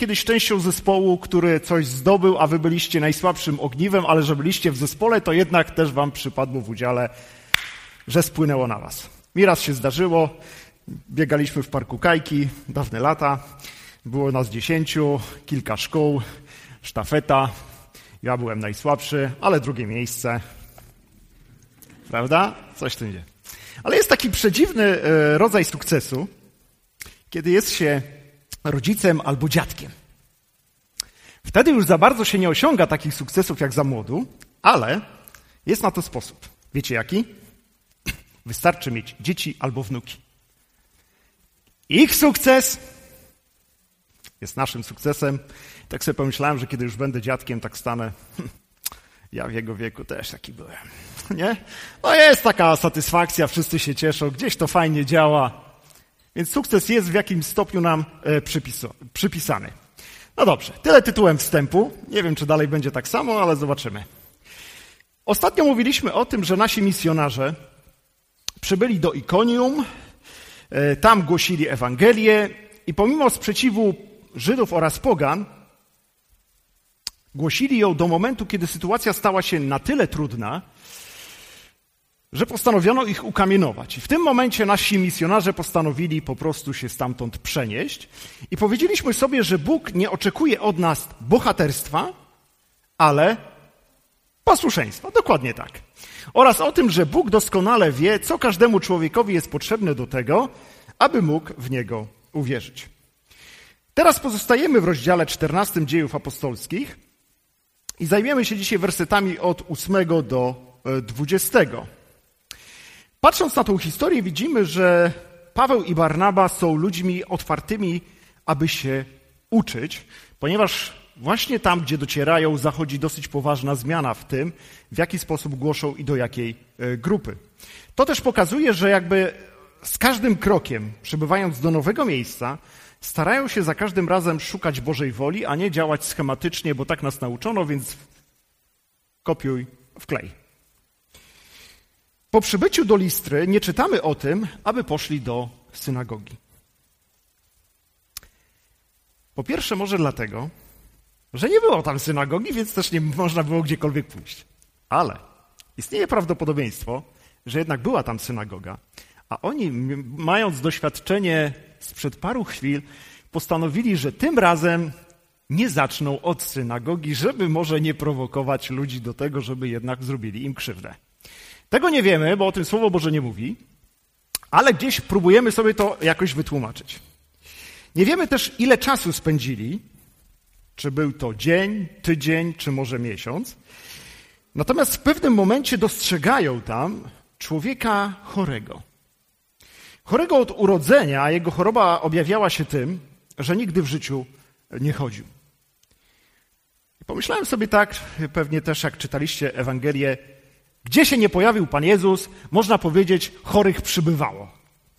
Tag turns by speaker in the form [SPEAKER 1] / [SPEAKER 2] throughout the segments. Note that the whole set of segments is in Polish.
[SPEAKER 1] kiedyś częścią zespołu, który coś zdobył, a wy byliście najsłabszym ogniwem, ale że byliście w zespole, to jednak też wam przypadło w udziale, że spłynęło na was. Mi raz się zdarzyło, biegaliśmy w parku Kajki, dawne lata, było nas 10, kilka szkół, sztafeta, ja byłem najsłabszy, ale drugie miejsce. Prawda? Coś w tym dzieje. Ale jest taki przedziwny rodzaj sukcesu, kiedy jest się rodzicem albo dziadkiem. Wtedy już za bardzo się nie osiąga takich sukcesów jak za młodu, ale jest na to sposób. Wiecie jaki? Wystarczy mieć dzieci albo wnuki. Ich sukces jest naszym sukcesem. Tak sobie pomyślałem, że kiedy już będę dziadkiem, tak stanę. Ja w jego wieku też taki byłem. Nie? No jest taka satysfakcja, wszyscy się cieszą, gdzieś to fajnie działa. Więc sukces jest w jakimś stopniu nam przypisany. No dobrze, tyle tytułem wstępu. Nie wiem, czy dalej będzie tak samo, ale zobaczymy. Ostatnio mówiliśmy o tym, że nasi misjonarze przybyli do Ikonium, tam głosili Ewangelię i pomimo sprzeciwu Żydów oraz pogan, głosili ją do momentu, kiedy sytuacja stała się na tyle trudna, że postanowiono ich ukamienować. I w tym momencie nasi misjonarze postanowili po prostu się stamtąd przenieść. I powiedzieliśmy sobie, że Bóg nie oczekuje od nas bohaterstwa, ale posłuszeństwa. Dokładnie tak. Oraz o tym, że Bóg doskonale wie, co każdemu człowiekowi jest potrzebne do tego, aby mógł w Niego uwierzyć. Teraz pozostajemy w rozdziale 14 Dziejów Apostolskich i zajmiemy się dzisiaj wersetami od 8 do 20. Patrząc na tą historię, widzimy, że Paweł i Barnaba są ludźmi otwartymi, aby się uczyć, ponieważ właśnie tam, gdzie docierają, zachodzi dosyć poważna zmiana w tym, w jaki sposób głoszą i do jakiej grupy. To też pokazuje, że jakby z każdym krokiem, przybywając do nowego miejsca, starają się za każdym razem szukać Bożej woli, a nie działać schematycznie, bo tak nas nauczono, więc kopiuj, wklej. Po przybyciu do Listry nie czytamy o tym, aby poszli do synagogi. Po pierwsze może dlatego, że nie było tam synagogi, więc też nie można było gdziekolwiek pójść. Ale istnieje prawdopodobieństwo, że jednak była tam synagoga, a oni, mając doświadczenie sprzed paru chwil, postanowili, że tym razem nie zaczną od synagogi, żeby może nie prowokować ludzi do tego, żeby jednak zrobili im krzywdę. Tego nie wiemy, bo o tym Słowo Boże nie mówi, ale gdzieś próbujemy sobie to jakoś wytłumaczyć. Nie wiemy też, ile czasu spędzili, czy był to dzień, tydzień, czy może miesiąc. Natomiast w pewnym momencie dostrzegają tam człowieka chorego. Chorego od urodzenia, a jego choroba objawiała się tym, że nigdy w życiu nie chodził. I pomyślałem sobie tak, pewnie też jak czytaliście Ewangelię, gdzie się nie pojawił Pan Jezus, można powiedzieć, chorych przybywało.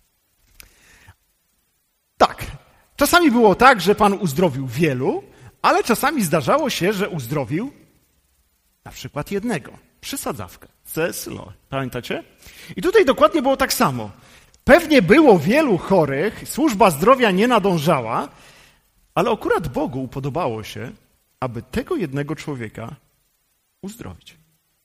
[SPEAKER 1] Tak, czasami było tak, że Pan uzdrowił wielu, ale czasami zdarzało się, że uzdrowił na przykład jednego. Przysadzawkę. C.S. Lewis. Pamiętacie? I tutaj dokładnie było tak samo. Pewnie było wielu chorych, służba zdrowia nie nadążała, ale akurat Bogu podobało się, aby tego jednego człowieka uzdrowić.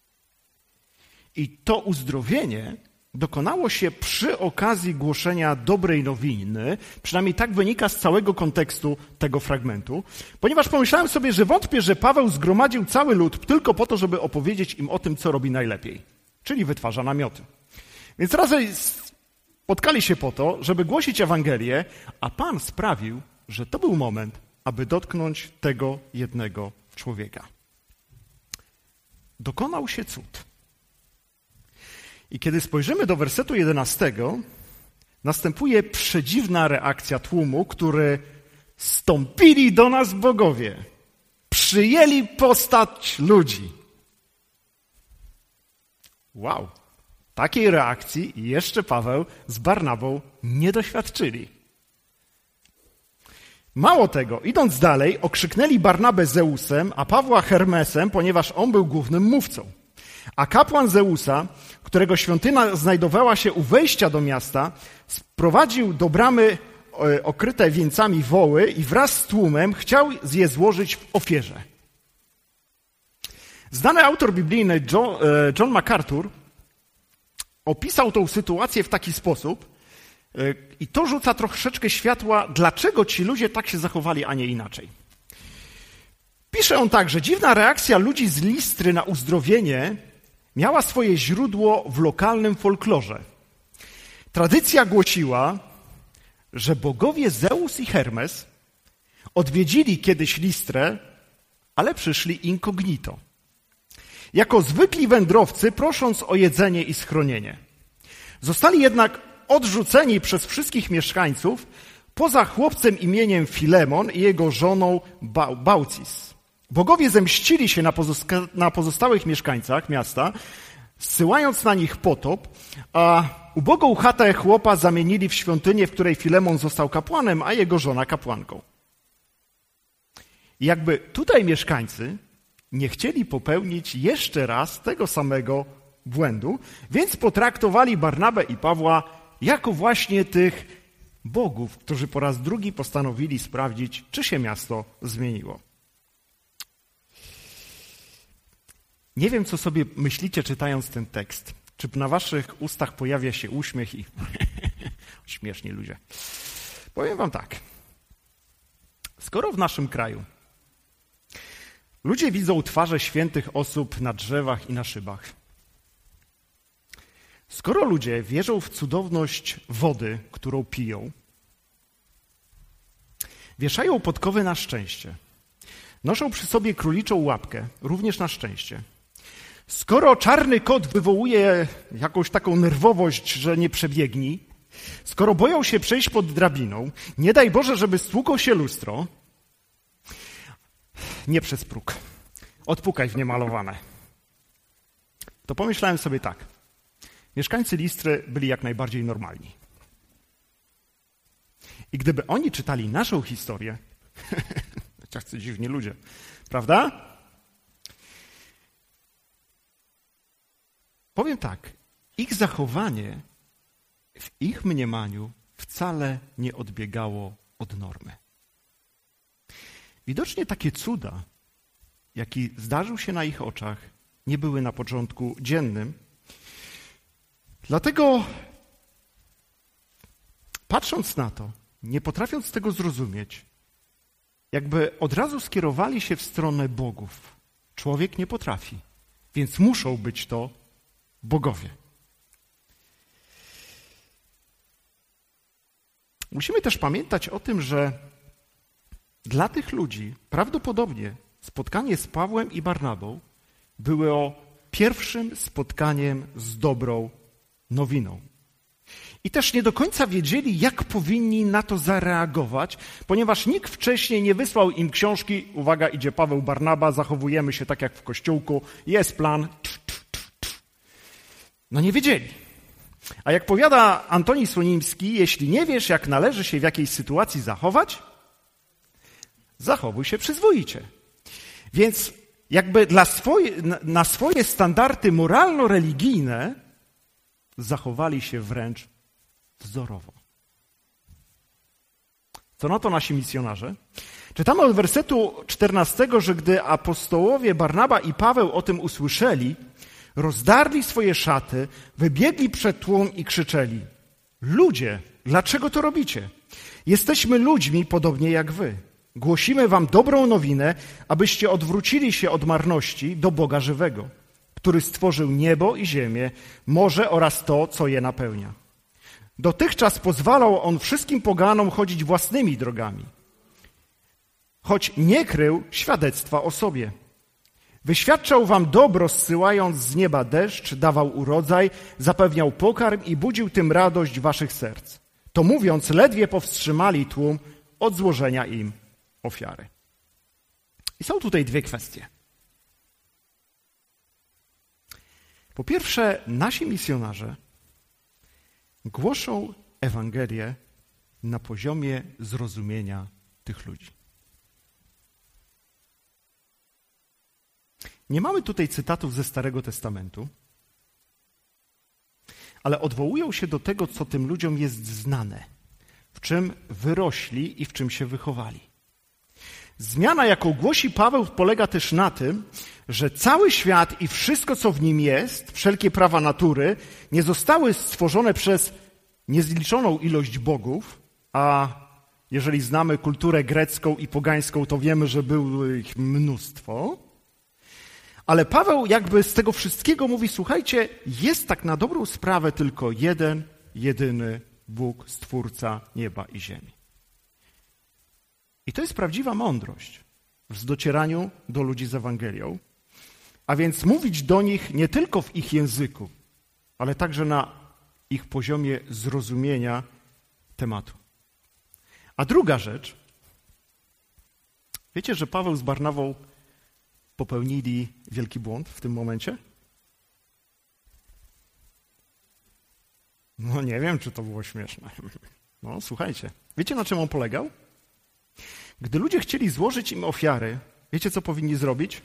[SPEAKER 1] I to uzdrowienie dokonało się przy okazji głoszenia dobrej nowiny, przynajmniej tak wynika z całego kontekstu tego fragmentu, ponieważ pomyślałem sobie, że wątpię, że Paweł zgromadził cały lud tylko po to, żeby opowiedzieć im o tym, co robi najlepiej, czyli wytwarza namioty. Więc razem spotkali się po to, żeby głosić Ewangelię, a Pan sprawił, że to był moment, aby dotknąć tego jednego człowieka. Dokonał się cud. I kiedy spojrzymy do wersetu 11, następuje przedziwna reakcja tłumu, który stąpili do nas bogowie. Przyjęli postać ludzi. Wow! Takiej reakcji jeszcze Paweł z Barnabą nie doświadczyli. Mało tego, idąc dalej, okrzyknęli Barnabę Zeusem, a Pawła Hermesem, ponieważ on był głównym mówcą. A kapłan Zeusa, którego świątynia znajdowała się u wejścia do miasta, sprowadził do bramy okryte wieńcami woły i wraz z tłumem chciał je złożyć w ofierze. Znany autor biblijny John MacArthur opisał tą sytuację w taki sposób i to rzuca troszeczkę światła, dlaczego ci ludzie tak się zachowali, a nie inaczej. Pisze on tak, że dziwna reakcja ludzi z Listry na uzdrowienie miała swoje źródło w lokalnym folklorze. Tradycja głosiła, że bogowie Zeus i Hermes odwiedzili kiedyś Listrę, ale przyszli incognito. Jako zwykli wędrowcy, prosząc o jedzenie i schronienie. Zostali jednak odrzuceni przez wszystkich mieszkańców, poza chłopcem imieniem Filemon i jego żoną Baucis. Bogowie zemścili się na pozostałych mieszkańcach miasta, zsyłając na nich potop, a ubogą chatę chłopa zamienili w świątynię, w której Filemon został kapłanem, a jego żona kapłanką. I jakby tutaj mieszkańcy nie chcieli popełnić jeszcze raz tego samego błędu, więc potraktowali Barnabę i Pawła jako właśnie tych bogów, którzy po raz drugi postanowili sprawdzić, czy się miasto zmieniło. Nie wiem, co sobie myślicie, czytając ten tekst. Czy na waszych ustach pojawia się uśmiech i śmieszni ludzie. Powiem wam tak. Skoro w naszym kraju ludzie widzą twarze świętych osób na drzewach i na szybach, skoro ludzie wierzą w cudowność wody, którą piją, wieszają podkowy na szczęście, noszą przy sobie króliczą łapkę, również na szczęście, skoro czarny kot wywołuje jakąś taką nerwowość, że nie przebiegnij, skoro boją się przejść pod drabiną, nie daj Boże, żeby stłukło się lustro, nie przez próg, odpukaj w niemalowane. To pomyślałem sobie tak. Mieszkańcy Listry byli jak najbardziej normalni. I gdyby oni czytali naszą historię, tacy dziwni ludzie, prawda? Powiem tak, ich zachowanie w ich mniemaniu wcale nie odbiegało od normy. Widocznie takie cuda, jaki zdarzył się na ich oczach, nie były na porządku dziennym. Dlatego, patrząc na to, nie potrafiąc tego zrozumieć, jakby od razu skierowali się w stronę bogów. Człowiek nie potrafi, więc muszą być to bogowie. Musimy też pamiętać o tym, że dla tych ludzi prawdopodobnie spotkanie z Pawłem i Barnabą było pierwszym spotkaniem z dobrą nowiną. I też nie do końca wiedzieli, jak powinni na to zareagować, ponieważ nikt wcześniej nie wysłał im książki, uwaga, idzie Paweł, Barnaba, zachowujemy się tak jak w kościółku, jest plan. No nie wiedzieli. A jak powiada Antoni Słonimski, jeśli nie wiesz, jak należy się w jakiejś sytuacji zachować, zachowuj się przyzwoicie. Więc jakby na swoje standardy moralno-religijne zachowali się wręcz wzorowo. Co na to nasi misjonarze? Czytamy od wersetu 14, że gdy apostołowie Barnaba i Paweł o tym usłyszeli, rozdarli swoje szaty, wybiegli przed tłum i krzyczeli: ludzie, dlaczego to robicie? Jesteśmy ludźmi podobnie jak wy. Głosimy wam dobrą nowinę, abyście odwrócili się od marności do Boga żywego, który stworzył niebo i ziemię, morze oraz to, co je napełnia. Dotychczas pozwalał on wszystkim poganom chodzić własnymi drogami, choć nie krył świadectwa o sobie. Wyświadczał wam dobro, zsyłając z nieba deszcz, dawał urodzaj, zapewniał pokarm i budził tym radość waszych serc. To mówiąc, ledwie powstrzymali tłum od złożenia im ofiary. I są tutaj dwie kwestie. Po pierwsze, nasi misjonarze głoszą Ewangelię na poziomie zrozumienia tych ludzi. Nie mamy tutaj cytatów ze Starego Testamentu, ale odwołują się do tego, co tym ludziom jest znane. w czym wyrośli i w czym się wychowali. Zmiana, jaką głosi Paweł, polega też na tym, że cały świat i wszystko, co w nim jest, wszelkie prawa natury, nie zostały stworzone przez niezliczoną ilość bogów, a jeżeli znamy kulturę grecką i pogańską, to wiemy, że było ich mnóstwo. Ale Paweł jakby z tego wszystkiego mówi, słuchajcie, jest tak na dobrą sprawę tylko jeden, jedyny Bóg, Stwórca nieba i ziemi. I to jest prawdziwa mądrość w docieraniu do ludzi z Ewangelią, a więc mówić do nich nie tylko w ich języku, ale także na ich poziomie zrozumienia tematu. A druga rzecz, wiecie, że Paweł z Barnabą popełnili wielki błąd w tym momencie? No nie wiem, czy to było śmieszne. No słuchajcie, wiecie, na czym on polegał? Gdy ludzie chcieli złożyć im ofiary, wiecie, co powinni zrobić?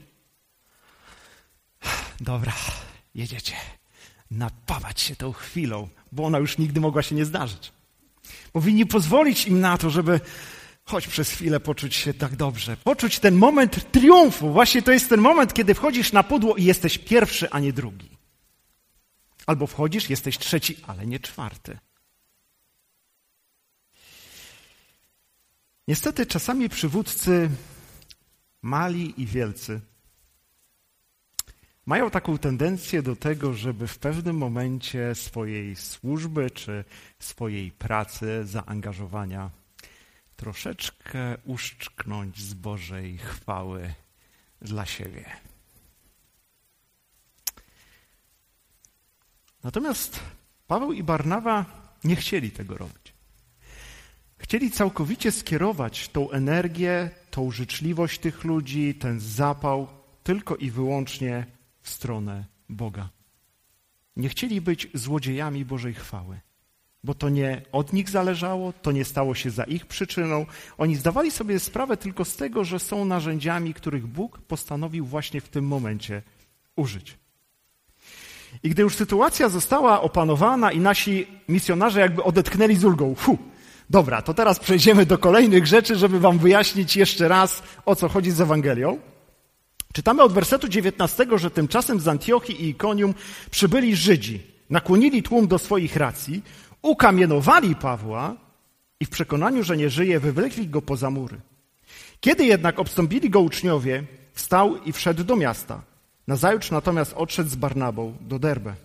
[SPEAKER 1] Dobra, jedziecie. Napawać się tą chwilą, bo ona już nigdy mogła się nie zdarzyć. Powinni pozwolić im na to, żeby choć przez chwilę poczuć się tak dobrze. Poczuć ten moment triumfu. Właśnie to jest ten moment, kiedy wchodzisz na pudło i jesteś pierwszy, a nie drugi. Albo wchodzisz, jesteś trzeci, ale nie czwarty. Niestety czasami przywódcy, mali i wielcy, mają taką tendencję do tego, żeby w pewnym momencie swojej służby czy swojej pracy, zaangażowania troszeczkę uszczknąć z Bożej chwały dla siebie. Natomiast Paweł i Barnaba nie chcieli tego robić. Chcieli całkowicie skierować tą energię, tą życzliwość tych ludzi, ten zapał tylko i wyłącznie w stronę Boga. Nie chcieli być złodziejami Bożej chwały, bo to nie od nich zależało, to nie stało się za ich przyczyną. Oni zdawali sobie sprawę tylko z tego, że są narzędziami, których Bóg postanowił właśnie w tym momencie użyć. I gdy już sytuacja została opanowana i nasi misjonarze jakby odetchnęli z ulgą, dobra, to teraz przejdziemy do kolejnych rzeczy, żeby wam wyjaśnić jeszcze raz, o co chodzi z Ewangelią. Czytamy od wersetu 19, że tymczasem z Antiochii i Ikonium przybyli Żydzi, nakłonili tłum do swoich racji, ukamienowali Pawła i w przekonaniu, że nie żyje, wywlekli go poza mury. Kiedy jednak obstąpili go uczniowie, wstał i wszedł do miasta. Nazajutrz natomiast odszedł z Barnabą do Derbe.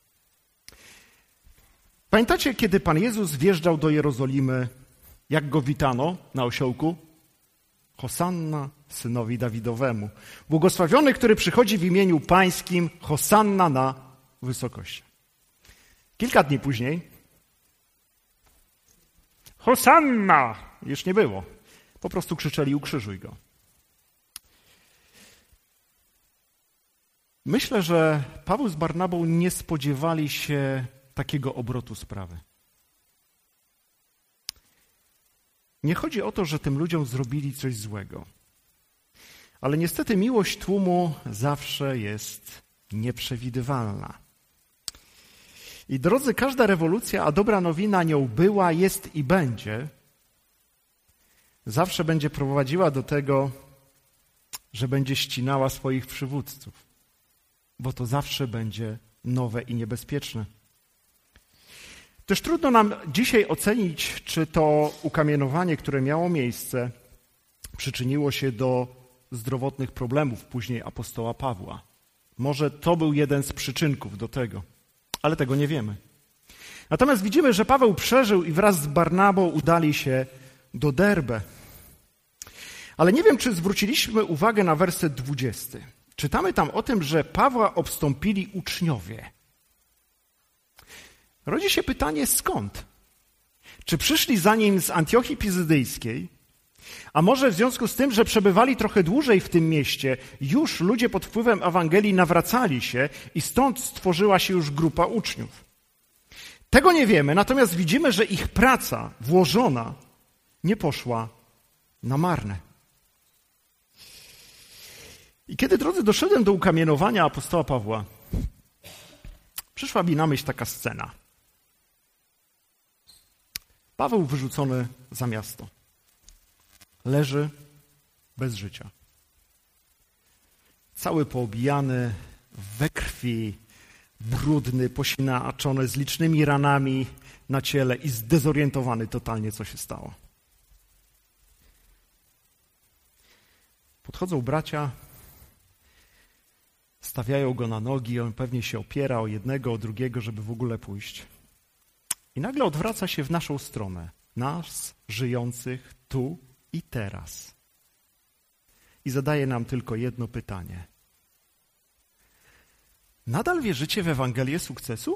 [SPEAKER 1] Pamiętacie, kiedy Pan Jezus wjeżdżał do Jerozolimy, jak go witano na osiołku? Hosanna synowi Dawidowemu. Błogosławiony, który przychodzi w imieniu Pańskim, Hosanna na wysokości. Kilka dni później Hosanna już nie było. Po prostu krzyczeli: ukrzyżuj go. Myślę, że Paweł z Barnabą nie spodziewali się takiego obrotu sprawy. Nie chodzi o to, że tym ludziom zrobili coś złego. Ale niestety miłość tłumu zawsze jest nieprzewidywalna. I drodzy, każda rewolucja, a dobra nowina nią była, jest i będzie, zawsze będzie prowadziła do tego, że będzie ścinała swoich przywódców. Bo to zawsze będzie nowe i niebezpieczne. Też trudno nam dzisiaj ocenić, czy to ukamienowanie, które miało miejsce, przyczyniło się do zdrowotnych problemów później apostoła Pawła. Może to był jeden z przyczynków do tego, ale tego nie wiemy. Natomiast widzimy, że Paweł przeżył i wraz z Barnabą udali się do Derbe. Ale nie wiem, czy zwróciliśmy uwagę na werset 20. Czytamy tam o tym, że Pawła obstąpili uczniowie. Rodzi się pytanie, skąd? Czy przyszli za nim z Antiochii Pizydyjskiej? A może w związku z tym, że przebywali trochę dłużej w tym mieście, już ludzie pod wpływem Ewangelii nawracali się i stąd stworzyła się już grupa uczniów? Tego nie wiemy, natomiast widzimy, że ich praca włożona nie poszła na marne. I kiedy, drodzy, doszedłem do ukamienowania apostoła Pawła, przyszła mi na myśl taka scena. Paweł wyrzucony za miasto. Leży bez życia. Cały poobijany, we krwi, brudny, posinaczony, z licznymi ranami na ciele i zdezorientowany totalnie, co się stało. Podchodzą bracia, stawiają go na nogi, on pewnie się opiera o jednego, o drugiego, żeby w ogóle pójść. I nagle odwraca się w naszą stronę, nas żyjących tu i teraz. I zadaje nam tylko jedno pytanie. Nadal wierzycie w Ewangelię sukcesu?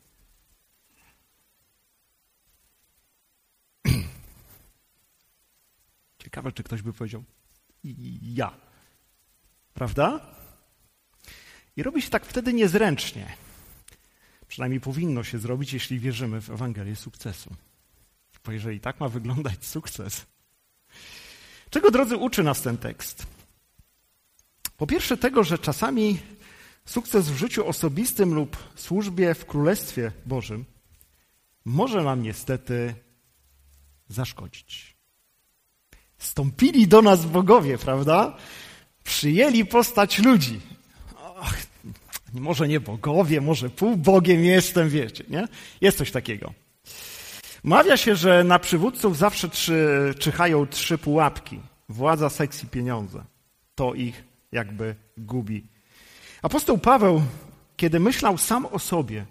[SPEAKER 1] Ciekawe, czy ktoś by powiedział ja. Prawda? I robi się tak wtedy niezręcznie. Przynajmniej powinno się zrobić, jeśli wierzymy w Ewangelię sukcesu. Bo jeżeli tak ma wyglądać sukces. Czego, drodzy, uczy nas ten tekst? Po pierwsze tego, że czasami sukces w życiu osobistym lub służbie w Królestwie Bożym może nam niestety zaszkodzić. Stąpili do nas bogowie, prawda? Przyjęli postać ludzi. Och, może nie bogowie, może półbogiem jestem, wiecie, nie? Jest coś takiego. Mawia się, że na przywódców zawsze czyhają 3 pułapki. Władza, seks i pieniądze. To ich jakby gubi. Apostoł Paweł, kiedy myślał sam o sobie,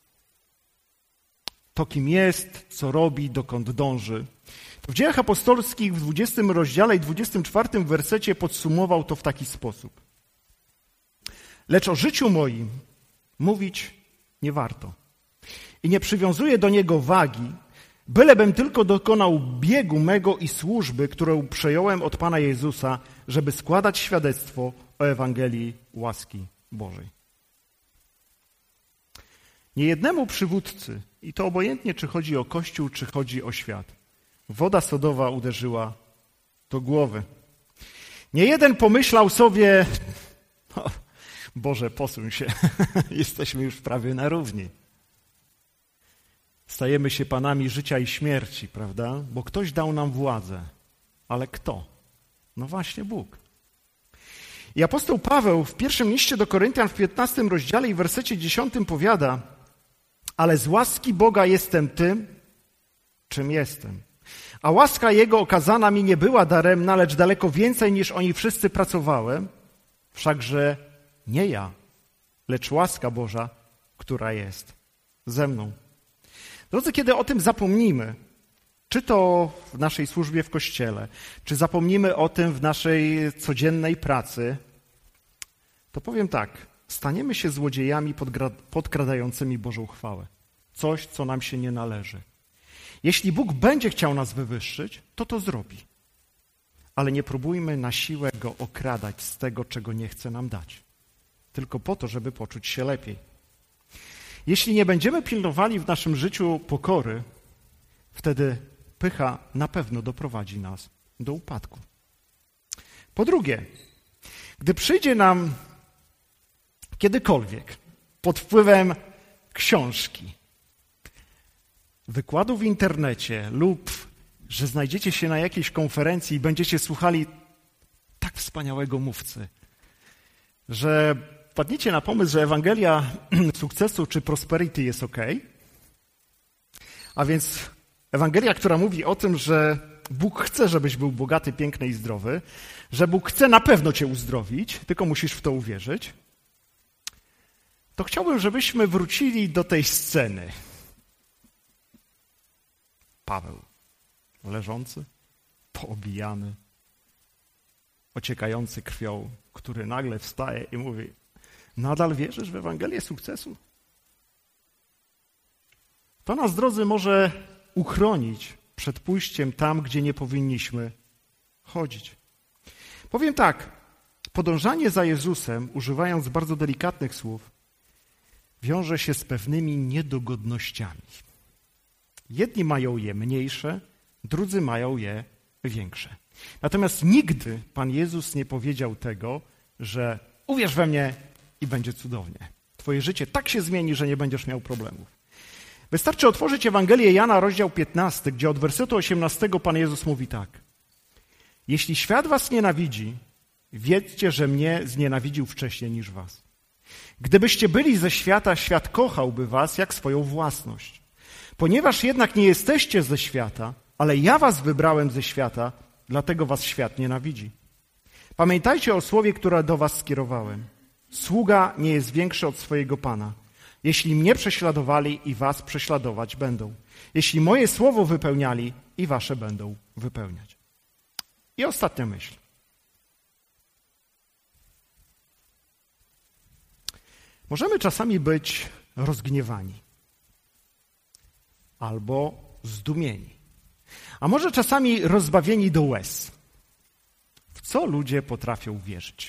[SPEAKER 1] to kim jest, co robi, dokąd dąży, to w Dziejach Apostolskich w 20 rozdziale i 24 wersecie podsumował to w taki sposób. Lecz o życiu moim mówić nie warto. I nie przywiązuję do niego wagi, bylebym tylko dokonał biegu mego i służby, którą przejąłem od Pana Jezusa, żeby składać świadectwo o Ewangelii łaski Bożej. Niejednemu przywódcy, i to obojętnie, czy chodzi o Kościół, czy chodzi o świat, woda sodowa uderzyła do głowy. Niejeden pomyślał sobie, Boże, posuń się, jesteśmy już prawie na równi. Stajemy się panami życia i śmierci, prawda? Bo ktoś dał nam władzę. Ale kto? No właśnie Bóg. I apostoł Paweł w pierwszym liście do Koryntian w 15 rozdziale i w wersecie 10 powiada: ale z łaski Boga jestem tym, czym jestem. A łaska Jego okazana mi nie była daremna, lecz daleko więcej niż oni wszyscy pracowałem. Wszakże nie ja, lecz łaska Boża, która jest ze mną. Drodzy, kiedy o tym zapomnimy, czy to w naszej służbie w Kościele, czy zapomnimy o tym w naszej codziennej pracy, to powiem tak, staniemy się złodziejami podkradającymi Bożą chwałę. Coś, co nam się nie należy. Jeśli Bóg będzie chciał nas wywyższyć, to zrobi. Ale nie próbujmy na siłę Go okradać z tego, czego nie chce nam dać. Tylko po to, żeby poczuć się lepiej. Jeśli nie będziemy pilnowali w naszym życiu pokory, wtedy pycha na pewno doprowadzi nas do upadku. Po drugie, gdy przyjdzie nam kiedykolwiek pod wpływem książki, wykładu w internecie lub że znajdziecie się na jakiejś konferencji i będziecie słuchali tak wspaniałego mówcy, że wpadniecie na pomysł, że Ewangelia sukcesu czy prosperity jest okej, a więc Ewangelia, która mówi o tym, że Bóg chce, żebyś był bogaty, piękny i zdrowy, że Bóg chce na pewno cię uzdrowić, tylko musisz w to uwierzyć, to chciałbym, żebyśmy wrócili do tej sceny. Paweł, leżący, poobijany, ociekający krwią, który nagle wstaje i mówi: nadal wierzysz w Ewangelię sukcesu? To nas, drodzy, może uchronić przed pójściem tam, gdzie nie powinniśmy chodzić. Powiem tak, podążanie za Jezusem, używając bardzo delikatnych słów, wiąże się z pewnymi niedogodnościami. Jedni mają je mniejsze, drudzy mają je większe. Natomiast nigdy Pan Jezus nie powiedział tego, że uwierz we mnie i będzie cudownie. Twoje życie tak się zmieni, że nie będziesz miał problemów. Wystarczy otworzyć Ewangelię Jana, rozdział 15, gdzie od wersetu 18 Pan Jezus mówi tak. Jeśli świat was nienawidzi, wiedzcie, że mnie znienawidził wcześniej niż was. Gdybyście byli ze świata, świat kochałby was jak swoją własność. Ponieważ jednak nie jesteście ze świata, ale ja was wybrałem ze świata, dlatego was świat nienawidzi. Pamiętajcie o słowie, które do was skierowałem. Sługa nie jest większy od swojego Pana. Jeśli mnie prześladowali, i was prześladować będą. Jeśli moje słowo wypełniali, i wasze będą wypełniać. I ostatnia myśl. Możemy czasami być rozgniewani albo zdumieni, a może czasami rozbawieni do łez. W co ludzie potrafią wierzyć?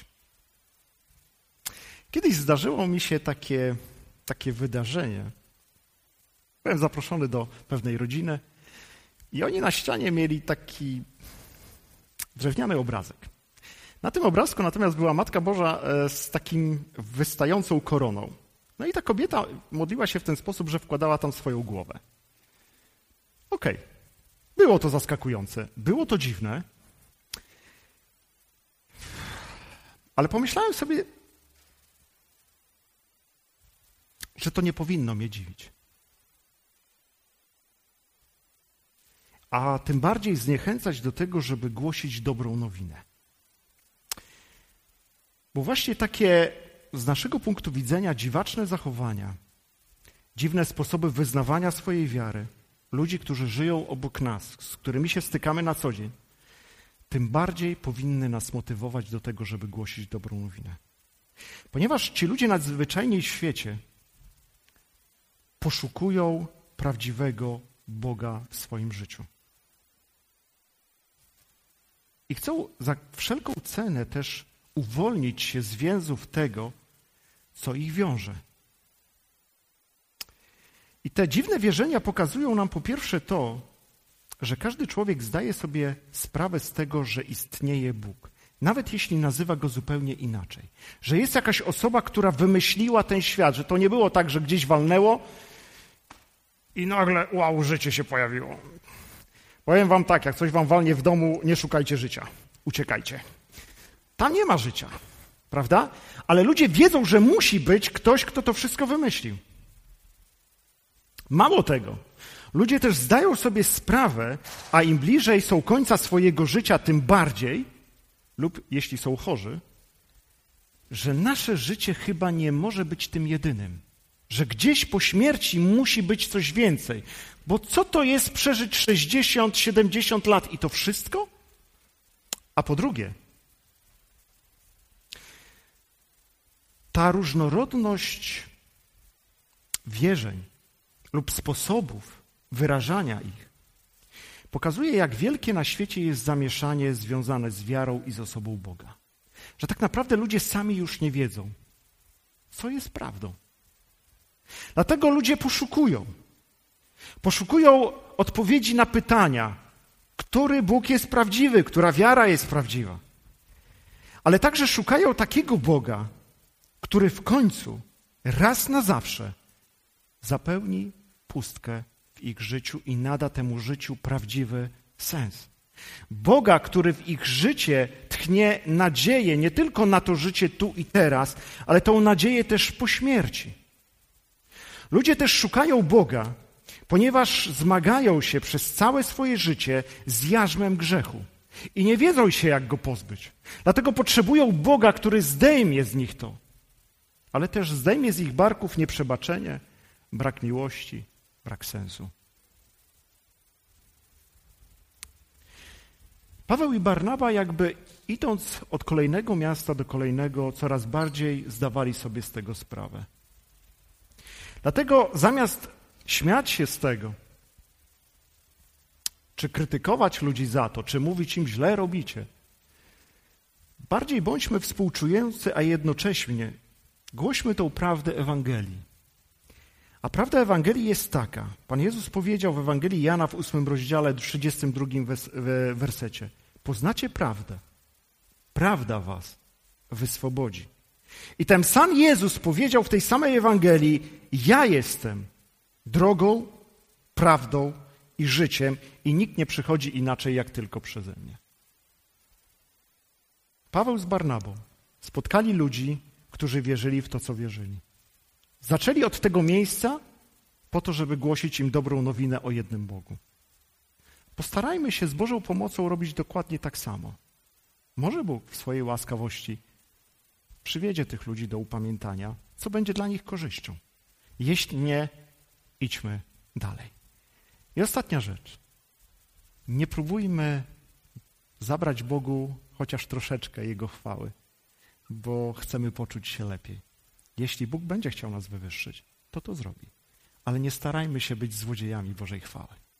[SPEAKER 1] Kiedyś zdarzyło mi się takie wydarzenie. Byłem zaproszony do pewnej rodziny i oni na ścianie mieli taki drewniany obrazek. Na tym obrazku natomiast była Matka Boża z takim wystającą koroną. No i ta kobieta modliła się w ten sposób, że wkładała tam swoją głowę. Okej. Było to zaskakujące, było to dziwne, ale pomyślałem sobie, że to nie powinno mnie dziwić. A tym bardziej zniechęcać do tego, żeby głosić dobrą nowinę. Bo właśnie takie z naszego punktu widzenia dziwaczne zachowania, dziwne sposoby wyznawania swojej wiary, ludzi, którzy żyją obok nas, z którymi się stykamy na co dzień, tym bardziej powinny nas motywować do tego, żeby głosić dobrą nowinę. Ponieważ ci ludzie nadzwyczajni w świecie poszukują prawdziwego Boga w swoim życiu. I chcą za wszelką cenę też uwolnić się z więzów tego, co ich wiąże. I te dziwne wierzenia pokazują nam po pierwsze to, że każdy człowiek zdaje sobie sprawę z tego, że istnieje Bóg. Nawet jeśli nazywa go zupełnie inaczej. Że jest jakaś osoba, która wymyśliła ten świat, że to nie było tak, że gdzieś walnęło i nagle, wow, życie się pojawiło. Powiem wam tak, jak coś wam walnie w domu, nie szukajcie życia. Uciekajcie. Tam nie ma życia, prawda? Ale ludzie wiedzą, że musi być ktoś, kto to wszystko wymyślił. Mało tego, ludzie też zdają sobie sprawę, a im bliżej są końca swojego życia, tym bardziej, lub jeśli są chorzy, że nasze życie chyba nie może być tym jedynym. Że gdzieś po śmierci musi być coś więcej. Bo co to jest przeżyć 60, 70 lat i to wszystko? A po drugie, ta różnorodność wierzeń lub sposobów wyrażania ich pokazuje, jak wielkie na świecie jest zamieszanie związane z wiarą i z osobą Boga. Że tak naprawdę ludzie sami już nie wiedzą, co jest prawdą. Dlatego ludzie poszukują odpowiedzi na pytania, który Bóg jest prawdziwy, która wiara jest prawdziwa. Ale także szukają takiego Boga, który w końcu, raz na zawsze, zapełni pustkę w ich życiu i nada temu życiu prawdziwy sens. Boga, który w ich życie tchnie nadzieję nie tylko na to życie tu i teraz, ale tą nadzieję też po śmierci. Ludzie też szukają Boga, ponieważ zmagają się przez całe swoje życie z jarzmem grzechu i nie wiedzą się, jak go pozbyć. Dlatego potrzebują Boga, który zdejmie z nich to, ale też zdejmie z ich barków nieprzebaczenie, brak miłości, brak sensu. Paweł i Barnaba jakby idąc od kolejnego miasta do kolejnego, coraz bardziej zdawali sobie z tego sprawę. Dlatego zamiast śmiać się z tego, czy krytykować ludzi za to, czy mówić im źle robicie, bardziej bądźmy współczujący, a jednocześnie głośmy tą prawdę Ewangelii. A prawda Ewangelii jest taka. Pan Jezus powiedział w Ewangelii Jana w 8 rozdziale, 32 wersecie. Poznacie prawdę. Prawda was wyswobodzi. I ten sam Jezus powiedział w tej samej Ewangelii, ja jestem drogą, prawdą i życiem i nikt nie przychodzi inaczej jak tylko przeze mnie. Paweł z Barnabą spotkali ludzi, którzy wierzyli w to, co wierzyli. Zaczęli od tego miejsca po to, żeby głosić im dobrą nowinę o jednym Bogu. Postarajmy się z Bożą pomocą robić dokładnie tak samo. Może Bóg w swojej łaskawości przywiedzie tych ludzi do upamiętania, co będzie dla nich korzyścią. Jeśli nie, idźmy dalej. I ostatnia rzecz. Nie próbujmy zabrać Bogu chociaż troszeczkę Jego chwały, bo chcemy poczuć się lepiej. Jeśli Bóg będzie chciał nas wywyższyć, to zrobi. Ale nie starajmy się być złodziejami Bożej chwały.